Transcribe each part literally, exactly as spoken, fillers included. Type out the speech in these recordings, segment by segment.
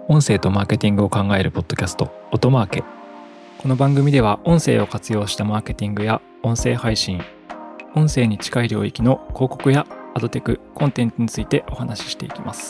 音声とマーケティングを考えるポッドキャスト音マーケ。この番組では音声を活用したマーケティングや音声配信、音声に近い領域の広告やアドテク、コンテンツについてお話ししていきます。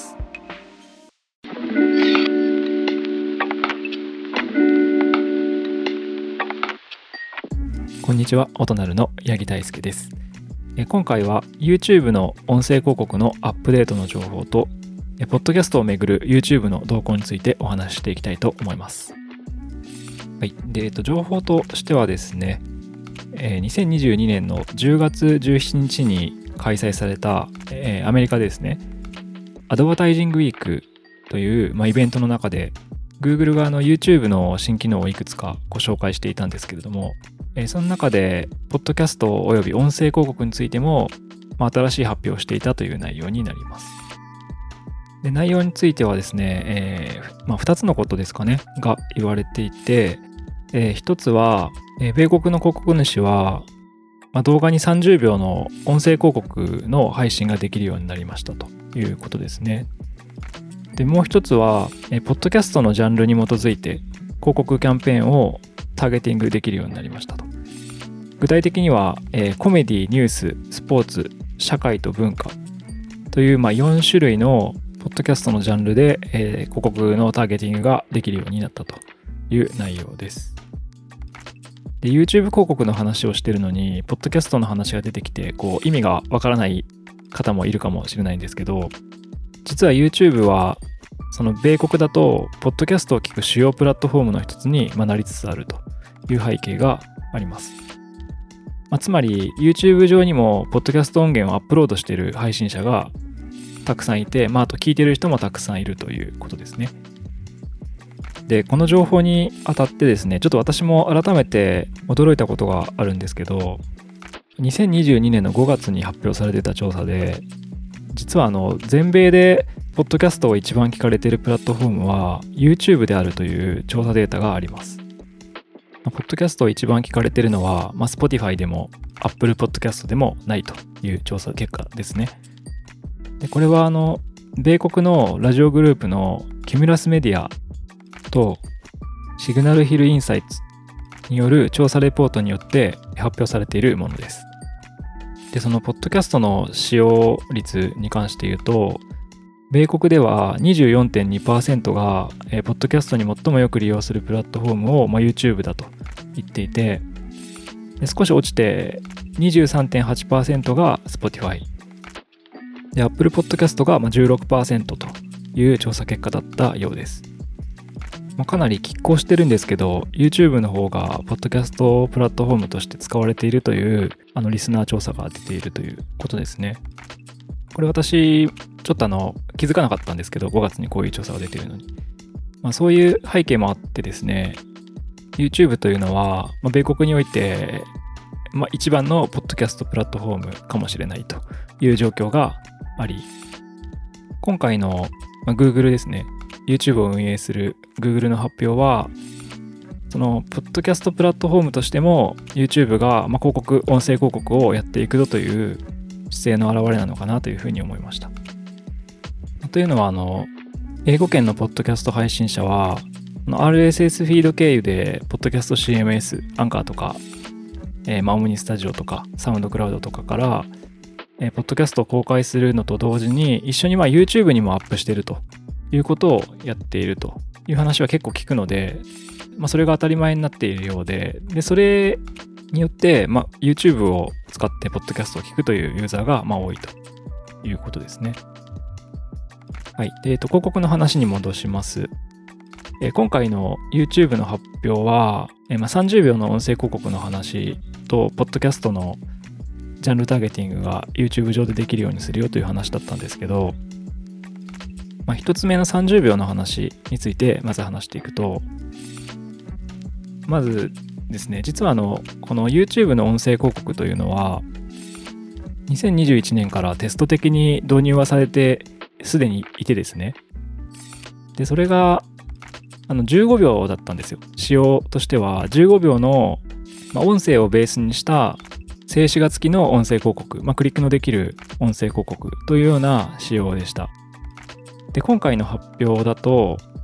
こんにちは、音なるの八木大輔です。今回は YouTube の音声広告のアップデートの情報とポッドキャストをめぐる YouTube の動向についてお話ししていきたいと思います。はい、で、えっと、情報としてはですね、えー、にせんにじゅうにねんのじゅうがつじゅうしちにちに開催された、えー、アメリカでですね、アドバタイジングウィークという、まあ、イベントの中で Google があの YouTube の新機能をいくつかご紹介していたんですけれども、えー、その中でポッドキャストおよび音声広告についても、まあ、新しい発表をしていたという内容になります。で、内容についてはですね、えーまあ、ふたつのことですかねが言われていて、えー、ひとつは、えー、米国の広告主は、まあ、動画にさんじゅうびょうの音声広告の配信ができるようになりましたということですね。で、もう一つは、えー、ポッドキャストのジャンルに基づいて広告キャンペーンをターゲティングできるようになりましたと。具体的には、えー、コメディ、ニュース、スポーツ、社会と文化という、まあ、よんしゅるいのポッドキャストのジャンルで、えー、広告のターゲティングができるようになったという内容です。で、YouTube 広告の話をしているのに、ポッドキャストの話が出てきて、こう意味がわからない方もいるかもしれないんですけど、実は YouTube はその米国だとポッドキャストを聞く主要プラットフォームの一つになりつつあるという背景があります。まあ、つまり YouTube 上にもポッドキャスト音源をアップロードしている配信者がたくさんいて、まあ、あと聞いてる人もたくさんいるということですね。で、この情報にあたってですね、ちょっと私も改めて驚いたことがあるんですけど、にせんにじゅうにねんのごがつに発表されてた調査で、実はあの全米でポッドキャストを一番聞かれているプラットフォームは YouTube であるという調査データがあります。ポッドキャストを一番聞かれているのは、まあ、Spotify でも Apple Podcast でもないという調査結果ですね。で、これはあの米国のラジオグループのキュミュラスメディアとシグナルヒルインサイツによる調査レポートによって発表されているものです。で、そのポッドキャストの使用率に関して言うと、米国では にじゅうよんてんにパーセント が、えー、ポッドキャストに最もよく利用するプラットフォームを、まあ、YouTube だと言っていて、で少し落ちて にじゅうさんてんはちパーセント が Spotifyで、Apple Podcast がじゅうろくパーセント という調査結果だったようです。まあ、かなり拮抗してるんですけど、YouTube の方がポッドキャストプラットフォームとして使われているというあのリスナー調査が出ているということですね。これ私ちょっとあの気づかなかったんですけど、ごがつにこういう調査が出ているのに、まあ、そういう背景もあってですね、 YouTube というのは、まあ、米国において、まあ、一番のポッドキャストプラットフォームかもしれないという状況があり、今回の、まあ、Google ですね、 YouTube を運営する Google の発表は、そのポッドキャストプラットフォームとしても YouTube が、まあ、広告、音声広告をやっていくぞという姿勢の表れなのかなというふうに思いました。というのは、あの英語圏のポッドキャスト配信者は アールエスエス フィード経由でポッドキャスト シーエムエス、アンカーとか、えー、まあオムニスタジオとかサウンドクラウドとかからえー、ポッドキャストを公開するのと同時に一緒にまあ YouTube にもアップしているということをやっているという話は結構聞くので、まあ、それが当たり前になっているようで、でそれによって、まあ、YouTube を使ってポッドキャストを聞くというユーザーがまあ多いということですね。はい。で、えっと、広告の話に戻します。えー、今回の YouTube の発表は、えーまあ、さんじゅうびょうの音声広告の話とポッドキャストのジャンルターゲティングが YouTube 上でできるようにするよという話だったんですけど、まあ、一つ目のさんじゅうびょうの話についてまず話していくと、まずですね、実はあのこの YouTube の音声広告というのはにせんにじゅういちねんからテスト的に導入はされてすでにいてですね、でそれがあのじゅうごびょうだったんですよ。仕様としてはじゅうごびょうの、まあ、音声をベースにした静止画付きの音声広告、まあ、クリックのできる音声広告というような仕様でした。で、今回の発表だと、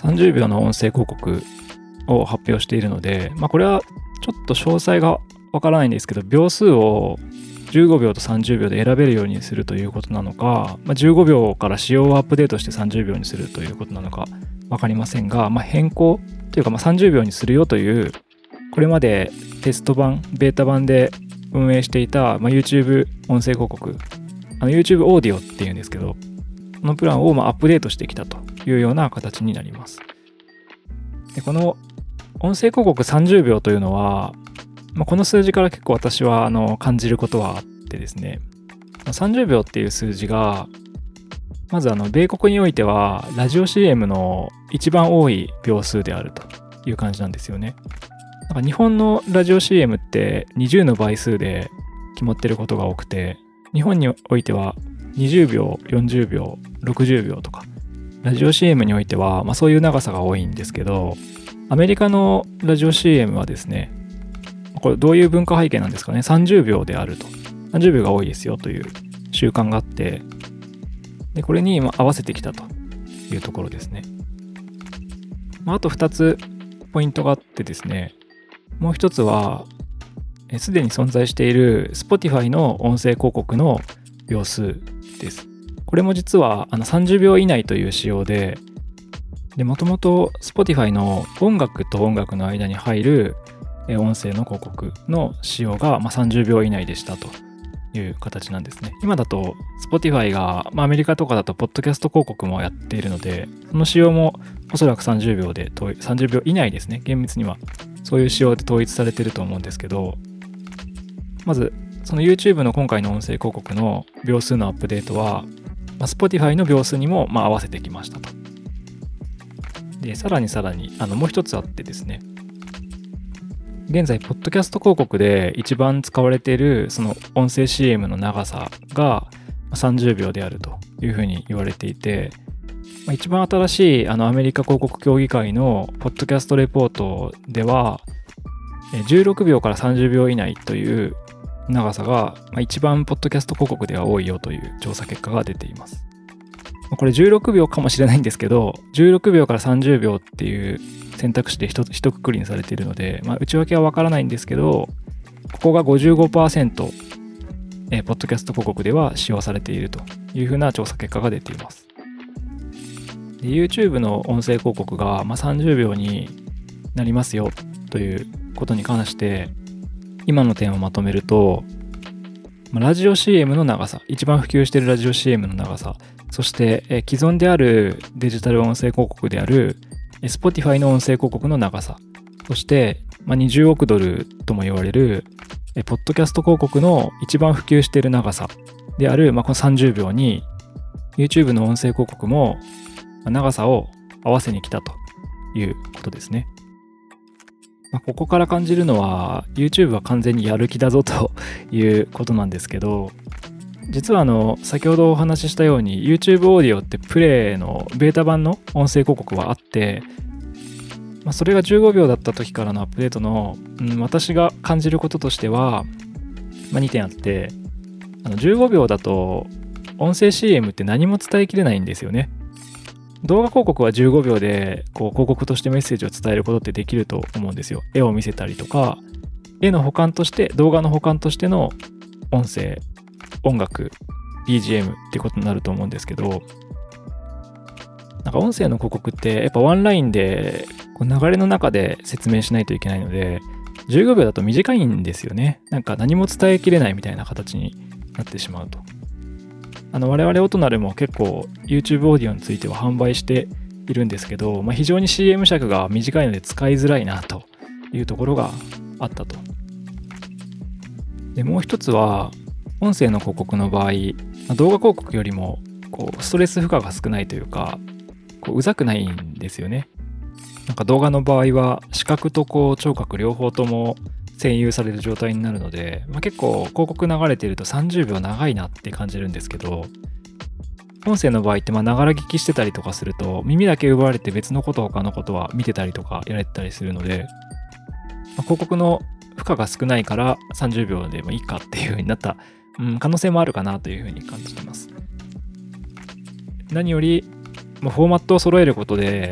さんじゅうびょうの音声広告を発表しているので、まあ、これはちょっと詳細がわからないんですけど、秒数をじゅうごびょうとさんじゅうびょうで選べるようにするということなのか、まあ、じゅうごびょうから仕様をアップデートしてさんじゅうびょうにするということなのかわかりませんが、まあ、変更というかまあさんじゅうびょうにするよというこれまでテスト版ベータ版で運営していた、まあ、YouTube 音声広告、あの YouTube オーディオっていうんですけど、このプランをまあアップデートしてきたというような形になります。でこの音声広告さんじゅうびょうというのは、まあ、この数字から結構私はあの感じることはあってですね、さんじゅうびょうっていう数字がまずあの米国においてはラジオ シーエム の一番多い秒数であるという感じなんですよね。なんか日本のラジオ シーエム ってにじゅうの倍数で決まってることが多くて、日本においてはにじゅうびょう、よんじゅうびょう、ろくじゅうびょうとか、ラジオ シーエム においては、まあ、そういう長さが多いんですけど、アメリカのラジオ シーエム はですね、これどういう文化背景なんですかね、さんじゅうびょうであると。さんじゅうびょうが多いですよという習慣があって、でこれに合わせてきたというところですね。まあ、あとふたつポイントがあってですね、もう一つは、すでに存在している Spotify の音声広告の秒数です。これも実はあのさんじゅうびょう以内という仕様で、でもともと Spotify の音楽と音楽の間に入る音声の広告の仕様がまあさんじゅうびょう以内でしたという形なんですね。今だと Spotify が、まあ、アメリカとかだとポッドキャスト広告もやっているので、その仕様もおそらくさんじゅうびょうでさんじゅうびょう以内ですね。厳密にはそういう仕様で統一されていると思うんですけど、まずその YouTube の今回の音声広告の秒数のアップデートは、まあ、Spotify の秒数にもまあ合わせてきましたと。で、さらにさらにあのもう一つあってですね、現在ポッドキャスト広告で一番使われているその音声 シーエム の長さがさんじゅうびょうであるというふうに言われていて、まあ、一番新しいあのアメリカ広告協議会のポッドキャストレポートではじゅうろくびょうからさんじゅうびょう以内という長さが一番ポッドキャスト広告では多いよという調査結果が出ています。これじゅうろくびょうかもしれないんですけど、じゅうろくびょうからさんじゅうびょうっていう選択肢で一一括りにされているので、まあ、内訳はわからないんですけど、ここが ごじゅうごパーセント、えー、ポッドキャスト広告では使用されているというふうな調査結果が出ています。で YouTube の音声広告が、まあ、さんじゅうびょうになりますよということに関して今の点をまとめると、まあ、ラジオ シーエム の長さ、一番普及しているラジオ シーエム の長さ、そして、えー、既存であるデジタル音声広告であるSpotify の音声広告の長さ、そして、まあ、にじゅうおくドルとも言われるえポッドキャスト広告の一番普及している長さである、まあ、このさんじゅうびょうに YouTube の音声広告も長さを合わせに来たということですね。まあ、ここから感じるのは YouTube は完全にやる気だぞということなんですけど、実はあの先ほどお話ししたように YouTube オーディオってプレイのベータ版の音声広告はあって、まあ、それがじゅうごびょうだった時からのアップデートの、うん、私が感じることとしては、まあ、にてんあって、あのじゅうごびょうだと音声 シーエム って何も伝えきれないんですよね。動画広告はじゅうごびょうでこう広告としてメッセージを伝えることってできると思うんですよ。絵を見せたりとか、絵の補完として動画の補完としての音声、音楽、ビージーエム っていうことになると思うんですけど、なんか音声の広告ってやっぱワンラインでこう流れの中で説明しないといけないので、じゅうごびょうだと短いんですよね。なんか何も伝えきれないみたいな形になってしまうと。あの我々オトナルも結構 YouTube オーディオについては販売しているんですけど、まあ、非常に シーエム 尺が短いので使いづらいなというところがあったと。でもう一つは音声の広告の場合、動画広告よりもこうストレス負荷が少ないというか、こううざくないんですよね。なんか動画の場合は視覚とこう聴覚両方とも占有される状態になるので、まあ、結構広告流れているとさんじゅうびょう長いなって感じるんですけど、音声の場合ってまあながら聞きしてたりとかすると耳だけ奪われて別のこと他のことは見てたりとかやられてたりするので、まあ、広告の負荷が少ないからさんじゅうびょうでもいいかっていう風になった、うん、可能性もあるかなという風に感じてます。何より、まあ、フォーマットを揃えることで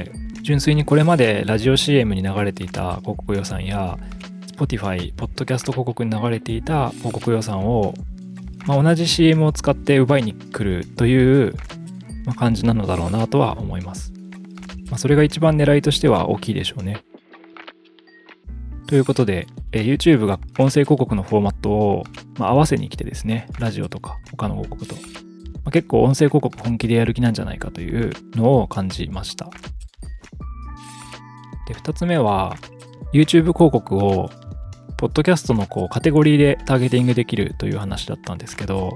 純粋にこれまでラジオ シーエム に流れていた広告予算や Spotify、ポッドキャスト広告に流れていた広告予算を、まあ、同じ シーエム を使って奪いに来るという、まあ、感じなのだろうなとは思います。まあ、それが一番狙いとしては大きいでしょうね。ということで、えー、YouTube が音声広告のフォーマットを、まあ、合わせに来てですね、ラジオとか他の広告と、まあ、結構音声広告本気でやる気なんじゃないかというのを感じました。で、二つ目は YouTube 広告をポッドキャストのこうカテゴリーでターゲティングできるという話だったんですけど、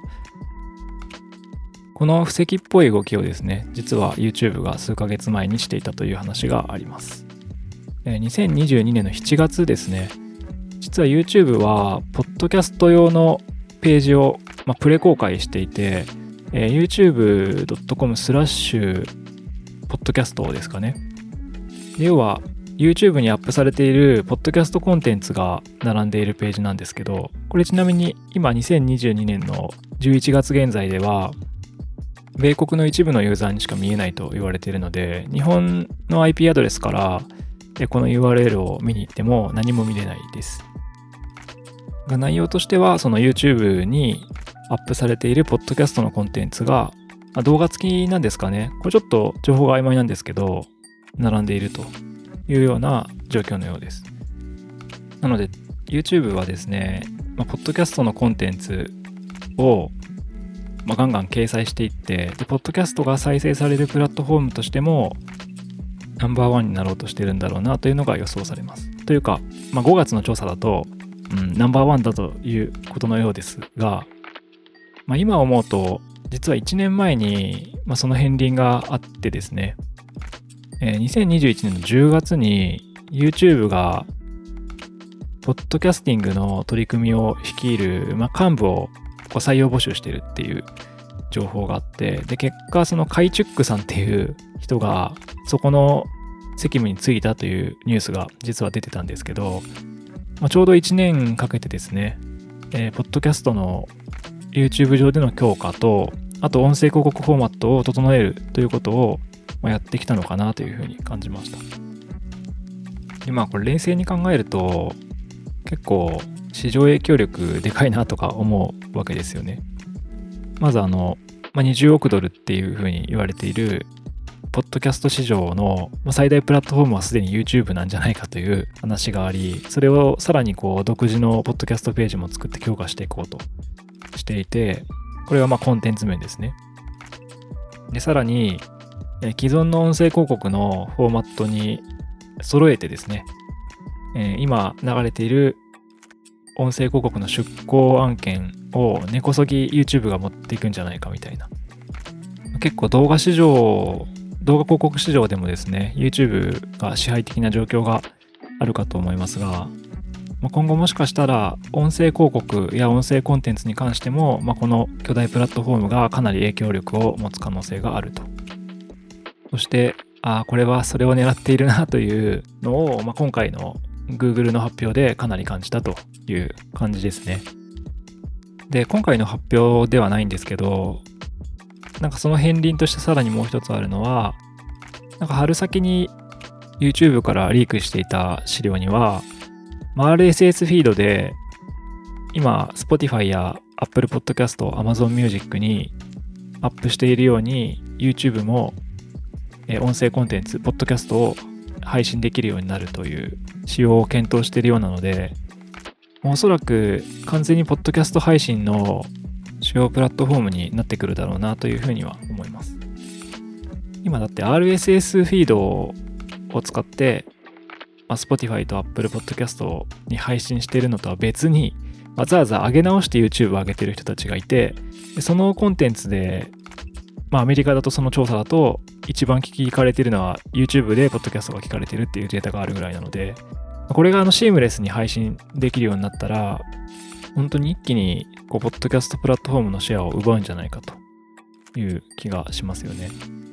この布石っぽい動きをですね、実は YouTube が数ヶ月前にしていたという話があります。にせんにじゅうにねんのしちがつですね、実は YouTube はポッドキャスト用のページを、まあ、プレ公開していて、えー、ユーチューブドットコム スラッシュポッドキャストですかね。要は YouTube にアップされているポッドキャストコンテンツが並んでいるページなんですけど、これちなみに今にせんにじゅうにねんのじゅういちがつ現在では米国の一部のユーザーにしか見えないと言われているので、日本の アイピー アドレスからこの ユーアールエル を見に行っても何も見れないです。が内容としては、その YouTube にアップされているポッドキャストのコンテンツが、まあ、動画付きなんですかね。これちょっと情報が曖昧なんですけど、並んでいるというような状況のようです。なので YouTube はですね、まあ、ポッドキャストのコンテンツを、まあ、ガンガン掲載していって、で、ポッドキャストが再生されるプラットフォームとしても、ナンバーワンになろうとしてるんだろうなというのが予想されます。というか、まあ、ごがつの調査だと、うん、ナンバーワンだということのようですが、まあ、今思うと、実はいちねんまえに、まあ、その片鱗があってですね、えー、にせんにじゅういちねんのじゅうがつに YouTube が、ポッドキャスティングの取り組みを率いる、まあ、幹部をこう採用募集してるっていう情報があって、で、結果、そのカイチュックさんっていう人が、そこの責務に就いたというニュースが実は出てたんですけど、まあ、ちょうどいちねんかけてですね、えー、ポッドキャストの YouTube 上での強化と、あと音声広告フォーマットを整えるということをやってきたのかなというふうに感じました。で、まあこれ冷静に考えると、結構市場影響力でかいなとか思うわけですよね。まずあの、まあ、にじゅうおくドルっていうふうに言われているポッドキャスト市場の最大プラットフォームはすでに YouTube なんじゃないかという話があり、それをさらにこう独自のポッドキャストページも作って強化していこうとしていて、これはまあコンテンツ面ですね。で、さらに既存の音声広告のフォーマットに揃えてですね、えー、今流れている音声広告の出稿案件を根こそぎ YouTube が持っていくんじゃないかみたいな。結構動画市場、動画広告市場でもですね、YouTube が支配的な状況があるかと思いますが、今後もしかしたら音声広告や音声コンテンツに関しても、まあ、この巨大プラットフォームがかなり影響力を持つ可能性があると。そして、ああ、これはそれを狙っているなというのを、まあ、今回の Google の発表でかなり感じたという感じですね。で、今回の発表ではないんですけど、なんかその片鱗としてさらにもう一つあるのは、なんか春先に YouTube からリークしていた資料には、アールエスエス フィードで今 Spotify や Apple Podcast、Amazon Music にアップしているように YouTube も音声コンテンツ、ポッドキャストを配信できるようになるという仕様を検討しているようなので、おそらく完全にポッドキャスト配信の主要プラットフォームになってくるだろうなというふうには思います。今だって アールエスエス フィードを使って、まあ、Spotify と Apple Podcast に配信しているのとは別にわざわざ上げ直して YouTube を上げてる人たちがいて、そのコンテンツで、まあアメリカだとその調査だと一番聞かれているのは YouTube で Podcast が聞かれているっていうデータがあるぐらいなので、これがあのシームレスに配信できるようになったら、本当に一気にこうポッドキャストプラットフォームのシェアを奪うんじゃないかという気がしますよね。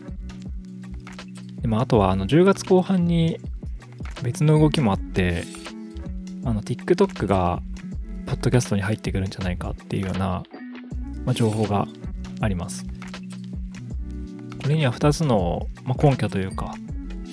で、まあ、あとはあのじゅうがつこう半に別の動きもあって、あの TikTok がポッドキャストに入ってくるんじゃないかっていうような、まあ、情報があります。これにはふたつの、まあ、根拠というか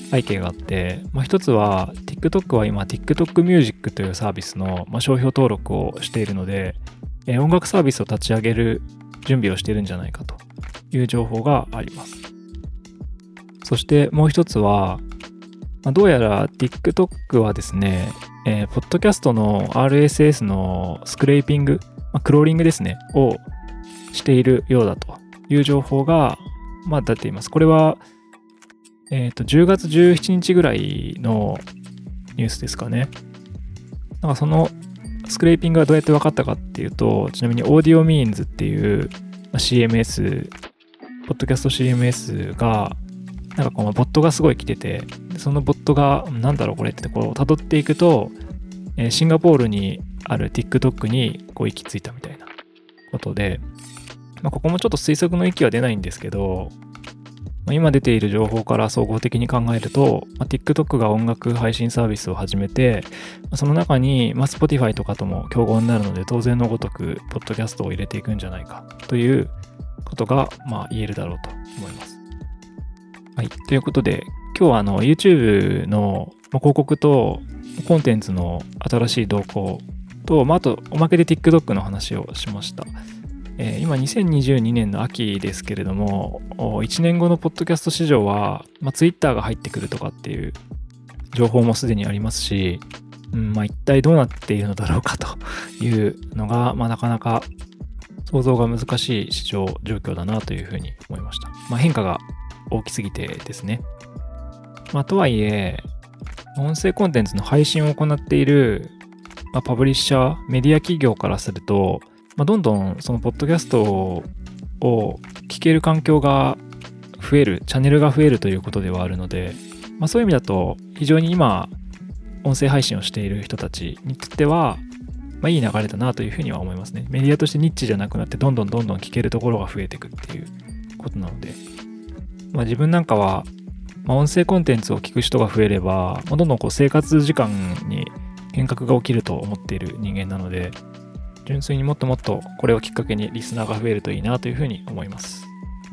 背景があって、まあ、一つは TikTok は今 TikTok Music というサービスの、まあ、商標登録をしているので、えー、音楽サービスを立ち上げる準備をしているんじゃないかという情報があります。そしてもう一つは、まあ、どうやら TikTok はですね、えー、ポッドキャストの アールエスエス のスクレーピング、まあ、クローリングですね、をしているようだという情報が、まあ、出ています。これは、えっと、じゅうがつじゅうしちにちぐらいのニュースですかね。なんかそのスクレーピングがどうやって分かったかっていうと、ちなみに AudioMeans っていう シーエムエス、ポッドキャスト シーエムエス が、なんかこのボットがすごい来てて、そのボットがなんだろうこれってこう辿っていくと、えー、シンガポールにある TikTok にこう行き着いたみたいなことで、まあ、ここもちょっと推測の域は出ないんですけど、まあ、今出ている情報から総合的に考えると、まあ、TikTok が音楽配信サービスを始めて、まあ、その中に、まあ、Spotify とかとも競合になるので、当然のごとくポッドキャストを入れていくんじゃないかということが、まあ、言えるだろうと思います。はい。ということで、今日はあの YouTube の広告とコンテンツの新しい動向と、まあ、あとおまけで TikTok の話をしました。えー、今にせんにじゅうにねんの秋ですけれども、いちねんごのポッドキャスト市場は、まあ、Twitter が入ってくるとかっていう情報もすでにありますし、うんまあ、一体どうなっているのだろうかというのが、まあ、なかなか想像が難しい市場状況だなというふうに思いました。まあ、変化が大きすぎてですね。まあ、とはいえ、音声コンテンツの配信を行っている、まあ、パブリッシャー、メディア企業からすると、まあ、どんどんそのポッドキャストを聞ける環境が増える、チャンネルが増えるということではあるので、まあ、そういう意味だと非常に今音声配信をしている人たちにとっては、まあ、いい流れだなというふうには思いますね。メディアとしてニッチじゃなくなってどんどんどんどん聞けるところが増えていくっていうことなので、まあ、自分なんかは、まあ、音声コンテンツを聞く人が増えれば、まあ、どんどんこう生活時間に変革が起きると思っている人間なので、純粋にもっともっとこれをきっかけにリスナーが増えるといいなというふうに思います。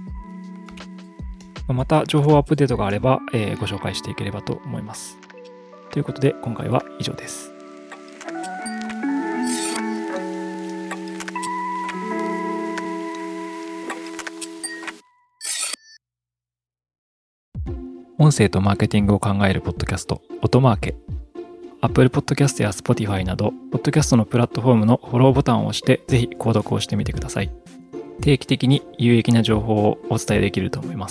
また情報アップデートがあれば、えー、ご紹介していければと思います。ということで今回は以上です。音声とマーケティングを考えるポッドキャスト、音マーケ。Apple Podcast や Spotify など、ポッドキャストのプラットフォームのフォローボタンを押して、ぜひ購読をしてみてください。定期的に有益な情報をお伝えできると思います。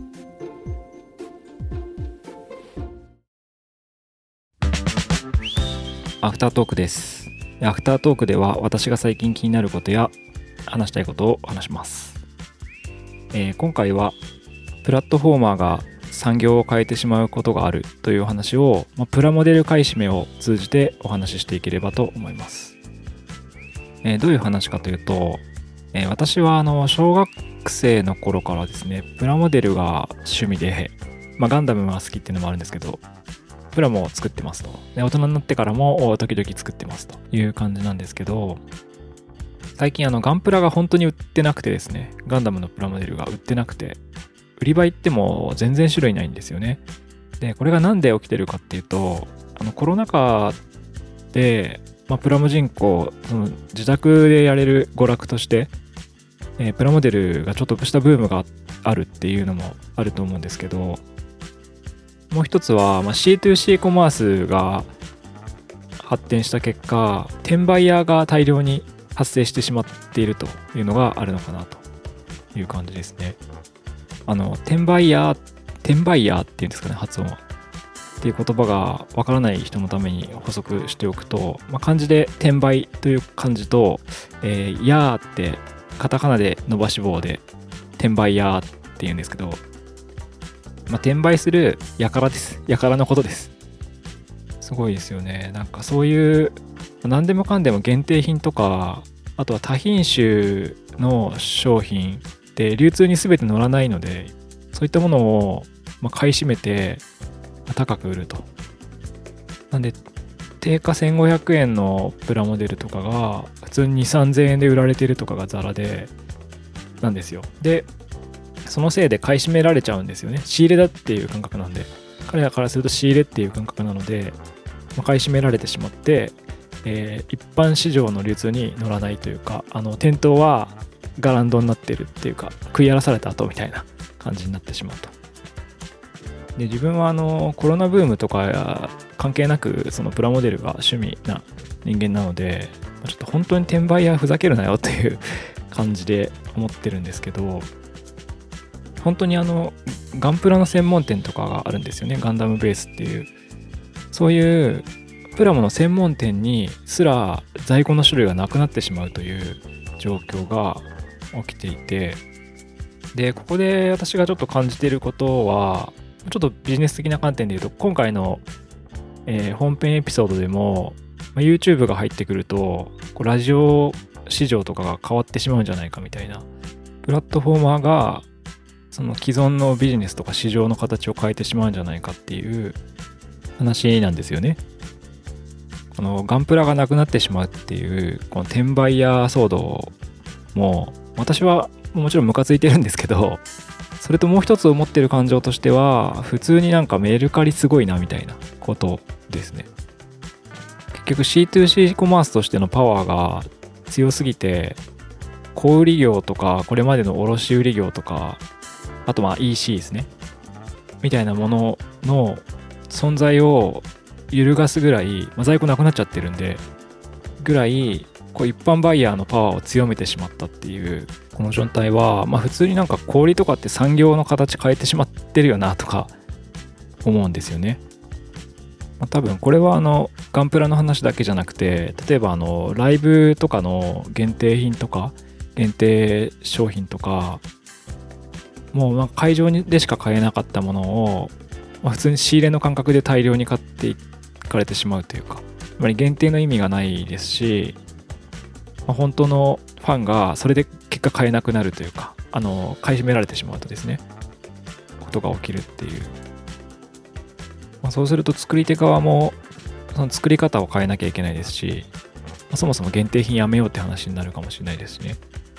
アフタートークです。アフタートークでは、私が最近気になることや話したいことを話します。えー、今回は、プラットフォーマーが産業を変えてしまうことがあるというお話を、まあ、プラモデル買い占めを通じてお話ししていければと思います。えー、どういう話かというと、えー、私はあの小学生の頃からですね、プラモデルが趣味で、まあ、ガンダムが好きっていうのもあるんですけど、プラモを作ってますと。で、大人になってからも時々作ってますという感じなんですけど、最近あのガンプラが本当に売ってなくてですね、ガンダムのプラモデルが売ってなくて、売り場行っても全然種類ないんですよね。で、これがなんで起きてるかっていうと、あのコロナ禍で、まあ、プラモ人口、その自宅でやれる娯楽として、えー、プラモデルがちょっとしたブームがあるっていうのもあると思うんですけど、もう一つは、まあ、シーツーシー コマースが発展した結果、転売ヤーが大量に発生してしまっているというのがあるのかなという感じですね。あの転売ヤー転売ヤーっていうんですかね、発音はっていう言葉がわからない人のために補足しておくと、まあ、漢字で転売という漢字と、えー、ヤーってカタカナで伸ばし棒で転売ヤーっていうんですけど、まあ、転売するやからです。やからのことです。すごいですよね。なんかそういう何でもかんでも限定品とか、あとは多品種の商品で流通に全て乗らないので、そういったものを買い占めて高く売ると。なんで定価せんごひゃくえんのプラモデルとかが普通ににせんさんぜんえんで売られてるとかがザラでなんですよ。でそのせいで買い占められちゃうんですよね。仕入れだっていう感覚なんで彼らからすると仕入れっていう感覚なので、まあ、買い占められてしまって、えー、一般市場の流通に乗らないというか、あの店頭はガランドになってるっていうか、食い荒らされた後みたいな感じになってしまうと。で、自分はあのコロナブームとか関係なくそのプラモデルが趣味な人間なので、ちょっと本当に転売屋ふざけるなよっていう感じで思ってるんですけど、本当にあのガンプラの専門店とかがあるんですよね。ガンダムベースっていう、そういうプラモの専門店にすら在庫の種類がなくなってしまうという状況が起きていて、でここで私がちょっと感じていることは、ちょっとビジネス的な観点で言うと、今回の、えー、本編エピソードでも、まあ、YouTube が入ってくるとこうラジオ市場とかが変わってしまうんじゃないかみたいな、プラットフォーマーがその既存のビジネスとか市場の形を変えてしまうんじゃないかっていう話なんですよね。このガンプラがなくなってしまうっていうこの転売ヤー騒動も、私はもちろんムカついてるんですけど、それともう一つ思ってる感情としては、普通になんかメルカリすごいなみたいなことですね。結局 シーツーシー コマースとしてのパワーが強すぎて、小売業とかこれまでの卸売業とか、あとまあ イーシー ですねみたいなものの存在を揺るがすぐらい、まあ、在庫なくなっちゃってるんでぐらい、こう一般バイヤーのパワーを強めてしまったっていうこの状態は、まあ普通になんか小売とかって産業の形変えてしまってるよなとか思うんですよね。まあ、多分これはあのガンプラの話だけじゃなくて、例えばあのライブとかの限定品とか限定商品とか、もうまあ会場でしか買えなかったものを、まあ、普通に仕入れの感覚で大量に買っていかれてしまうというか、つまり限定の意味がないですし、まあ、本当のファンがそれで結果買えなくなるというか、あの買い占められてしまうとですね、ことが起きるっていう、まあ、そうすると作り手側もその作り方を変えなきゃいけないですし、まあ、そもそも限定品やめようって話になるかもしれないですしね。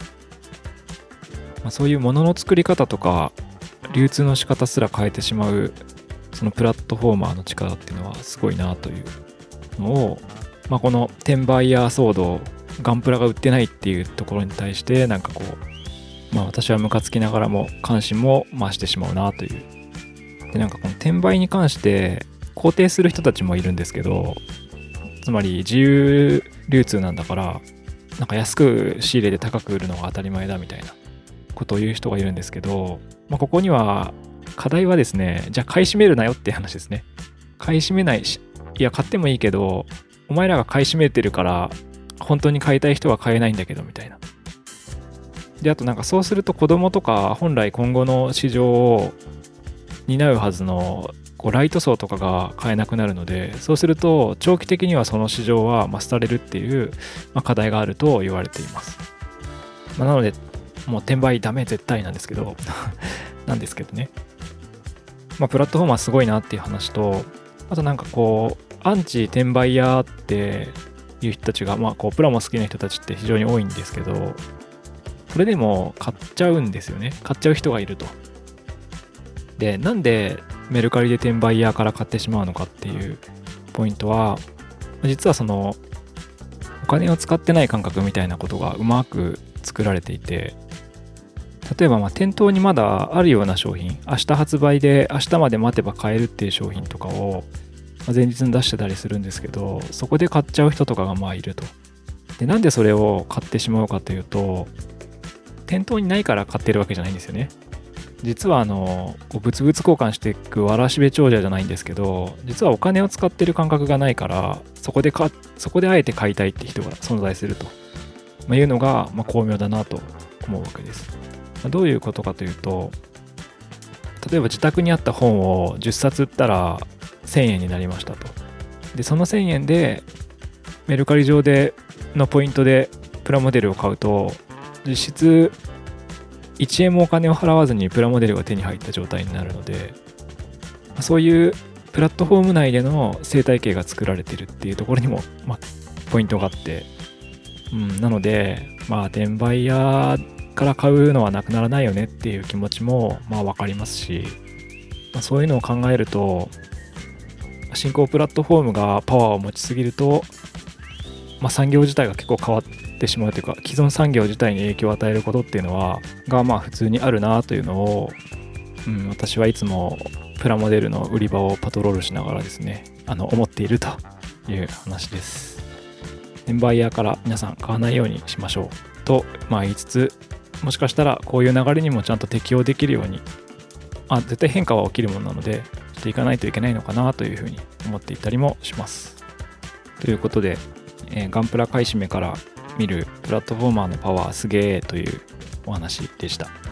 まあ、そういうものの作り方とか流通の仕方すら変えてしまうそのプラットフォーマーの力っていうのはすごいなというのを、まあ、この転売ヤー騒動、ガンプラが売ってないっていうところに対してなんかこう、まあ私はムカつきながらも関心も増してしまうなという。でなんかこの転売に関して肯定する人たちもいるんですけど、つまり自由流通なんだからなんか安く仕入れて高く売るのが当たり前だみたいなことを言う人がいるんですけど、まあ、ここには課題はですね、じゃあ買い占めるなよって話ですね。買い占めないし、いや買ってもいいけど、お前らが買い占めてるから本当に買いたい人は買えないんだけどみたいな。であとなんかそうすると子供とか本来今後の市場を担うはずのこうライト層とかが買えなくなるので、そうすると長期的にはその市場は廃れるっていう、まあ、課題があると言われています。まあ、なのでもう転売ダメ絶対なんですけどなんですけどね。まあプラットフォーマーすごいなっていう話と、あとなんかこうアンチ転売屋っていう人たちが、まあこうプラモ好きな人たちって非常に多いんですけど、それでも買っちゃうんですよね。買っちゃう人がいると。で、なんでメルカリで転売屋から買ってしまうのかっていうポイントは、実はそのお金を使ってない感覚みたいなことがうまく作られていて、例えばまあ店頭にまだあるような商品、明日発売で明日まで待てば買えるっていう商品とかを前日に出してたりするんですけど、そこで買っちゃう人とかがまあいると。で、なんでそれを買ってしまうかというと、店頭にないから買ってるわけじゃないんですよね。実はあのこう物々交換していくわらしべ長者じゃないんですけど、実はお金を使ってる感覚がないから、そこでかそこであえて買いたいって人が存在すると、まあ、いうのがまあ巧妙だなと思うわけです。まあ、どういうことかというと、例えば自宅にあった本をじゅっさつ売ったらせんえんになりましたと。でそのせんえんでメルカリ上でのポイントでプラモデルを買うと、実質いちえんもお金を払わずにプラモデルが手に入った状態になるので、そういうプラットフォーム内での生態系が作られているっていうところにも、まあ、ポイントがあって、うん、なのでまあ転売屋から買うのはなくならないよねっていう気持ちもまあ分かりますし、 まあ、そういうのを考えると、新興プラットフォームがパワーを持ちすぎると、まあ、産業自体が結構変わってしまうというか、既存産業自体に影響を与えることっていうのはがまあ普通にあるなというのを、うん、私はいつもプラモデルの売り場をパトロールしながらですね、あの思っているという話です。転売ヤーから皆さん買わないようにしましょうと、まあ、言いつつ、もしかしたらこういう流れにもちゃんと適応できるように、あ、絶対変化は起きるものなのでしていかないといけないのかなというふうに思っていたりもします。ということで、えー、ガンプラ買い占めから見るプラットフォーマーのパワーすげーというお話でした。